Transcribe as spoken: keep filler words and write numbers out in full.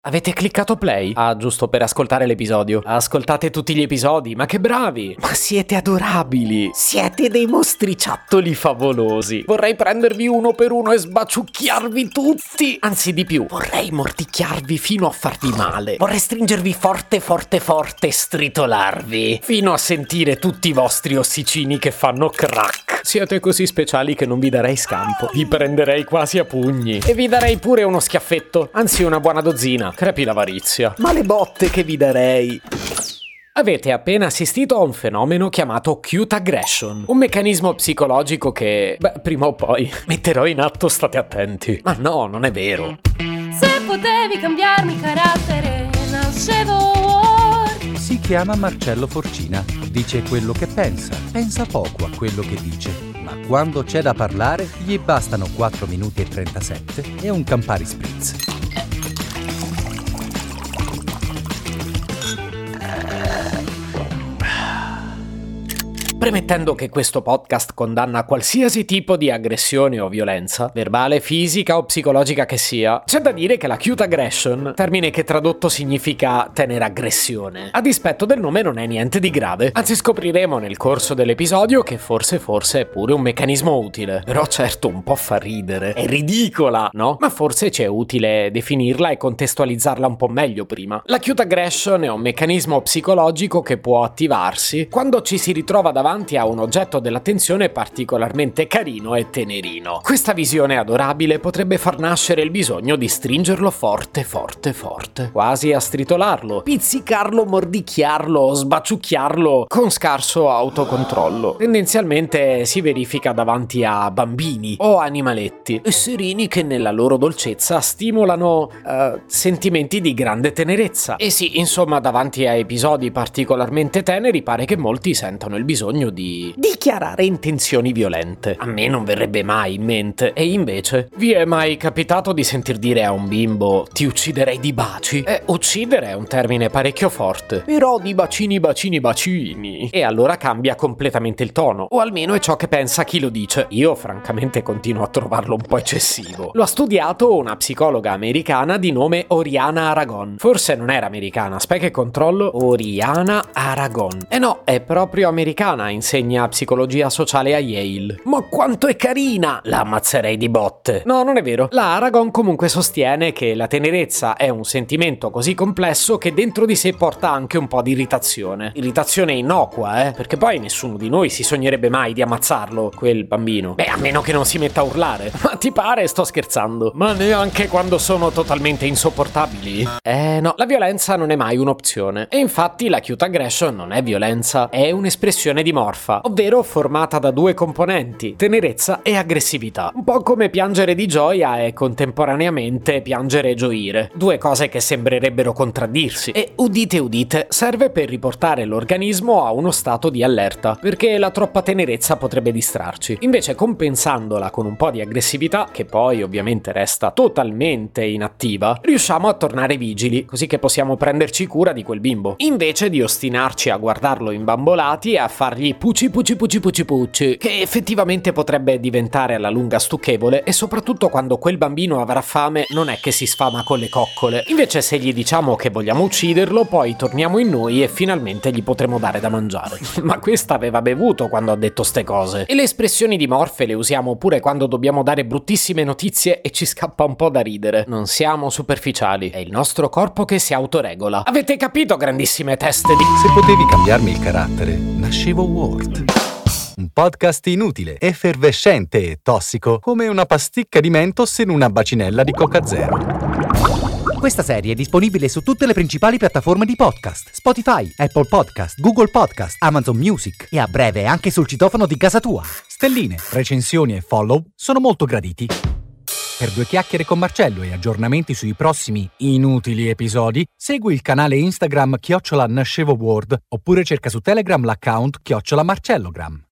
Avete cliccato play? Ah, giusto per ascoltare l'episodio. Ascoltate tutti gli episodi, ma che bravi! Ma siete adorabili! Siete dei mostriciattoli favolosi! Vorrei prendervi uno per uno e sbaciucchiarvi tutti! Anzi, di più, vorrei morticchiarvi fino a farvi male. Vorrei stringervi forte, forte, forte e stritolarvi, fino a sentire tutti i vostri ossicini che fanno crack. Siete così speciali che non vi darei scampo. Vi prenderei quasi a pugni. E vi darei pure uno schiaffetto, anzi una buona dozzina. Crepi l'avarizia. Ma le botte che vi darei! Avete appena assistito a un fenomeno chiamato cute aggression, un meccanismo psicologico che, beh, prima o poi metterò in atto, state attenti. Ma no, non è vero. Se potevi cambiarmi carattere, nascevo Ward. Si chiama Marcello Forcina, dice quello che pensa, pensa poco a quello che dice, ma quando c'è da parlare gli bastano quattro minuti e trentasette e un Campari Spritz. Premettendo che questo podcast condanna qualsiasi tipo di aggressione o violenza, verbale, fisica o psicologica che sia, c'è da dire che la cute aggression, termine che tradotto significa tenera aggressione, a dispetto del nome non è niente di grave. Anzi, scopriremo nel corso dell'episodio che forse forse è pure un meccanismo utile. Però certo un po' fa ridere, è ridicola, no? Ma forse c'è utile definirla e contestualizzarla un po' meglio prima. La cute aggression è un meccanismo psicologico che può attivarsi quando ci si ritrova davanti a un oggetto dell'attenzione particolarmente carino e tenerino. Questa visione adorabile potrebbe far nascere il bisogno di stringerlo forte, forte, forte, quasi a stritolarlo, pizzicarlo, mordicchiarlo, sbaciucchiarlo con scarso autocontrollo. Tendenzialmente si verifica davanti a bambini o animaletti, esserini che nella loro dolcezza stimolano uh, sentimenti di grande tenerezza. E sì, insomma, davanti a episodi particolarmente teneri pare che molti sentano il bisogno di dichiarare intenzioni violente. A me non verrebbe mai in mente. E invece, vi è mai capitato di sentir dire a un bimbo ti ucciderei di baci? Eh, uccidere è un termine parecchio forte, però di bacini bacini bacini. E allora cambia completamente il tono, o almeno è ciò che pensa chi lo dice. Io francamente continuo a trovarlo un po' eccessivo. Lo ha studiato una psicologa americana di nome Oriana Aragon. Forse non era americana, aspetta che controllo. Oriana Aragon. Eh no, è proprio americana. Insegna psicologia sociale a Yale. Ma quanto è carina! La ammazzerei di botte. No, non è vero. La Aragon comunque sostiene che la tenerezza è un sentimento così complesso che dentro di sé porta anche un po' di irritazione. Irritazione innocua, eh? Perché poi nessuno di noi si sognerebbe mai di ammazzarlo, quel bambino. Beh, a meno che non si metta a urlare. Ma ti pare? Sto scherzando. Ma neanche quando sono totalmente insopportabili? Eh no, la violenza non è mai un'opzione. E infatti la cute aggression non è violenza, è un'espressione di morfa, ovvero formata da due componenti, tenerezza e aggressività. Un po' come piangere di gioia e contemporaneamente piangere e gioire, due cose che sembrerebbero contraddirsi. E udite udite, serve per riportare l'organismo a uno stato di allerta, perché la troppa tenerezza potrebbe distrarci. Invece, compensandola con un po' di aggressività, che poi ovviamente resta totalmente inattiva, riusciamo a tornare vigili, così che possiamo prenderci cura di quel bimbo, invece di ostinarci a guardarlo imbambolati e a fargli puci puci puci puci puci, che effettivamente potrebbe diventare alla lunga stucchevole, e soprattutto quando quel bambino avrà fame non è che si sfama con le coccole. Invece se gli diciamo che vogliamo ucciderlo, poi torniamo in noi e finalmente gli potremo dare da mangiare. Ma questa aveva bevuto quando ha detto ste cose. E le espressioni di morfe le usiamo pure quando dobbiamo dare bruttissime notizie e ci scappa un po' da ridere. Non siamo superficiali, è il nostro corpo che si autoregola. Avete capito, grandissime teste di... Se potevi cambiarmi il carattere, nascevo Ward. Un podcast inutile, effervescente e tossico, come una pasticca di Mentos in una bacinella di Coca Zero. Questa serie è disponibile su tutte le principali piattaforme di podcast: Spotify, Apple Podcast, Google Podcast, Amazon Music e a breve anche sul citofono di casa tua. Stelline, recensioni e follow sono molto graditi. Per due chiacchiere con Marcello e aggiornamenti sui prossimi inutili episodi, segui il canale Instagram chiocciola Nascevo Ward oppure cerca su Telegram l'account chiocciola Marcellogram.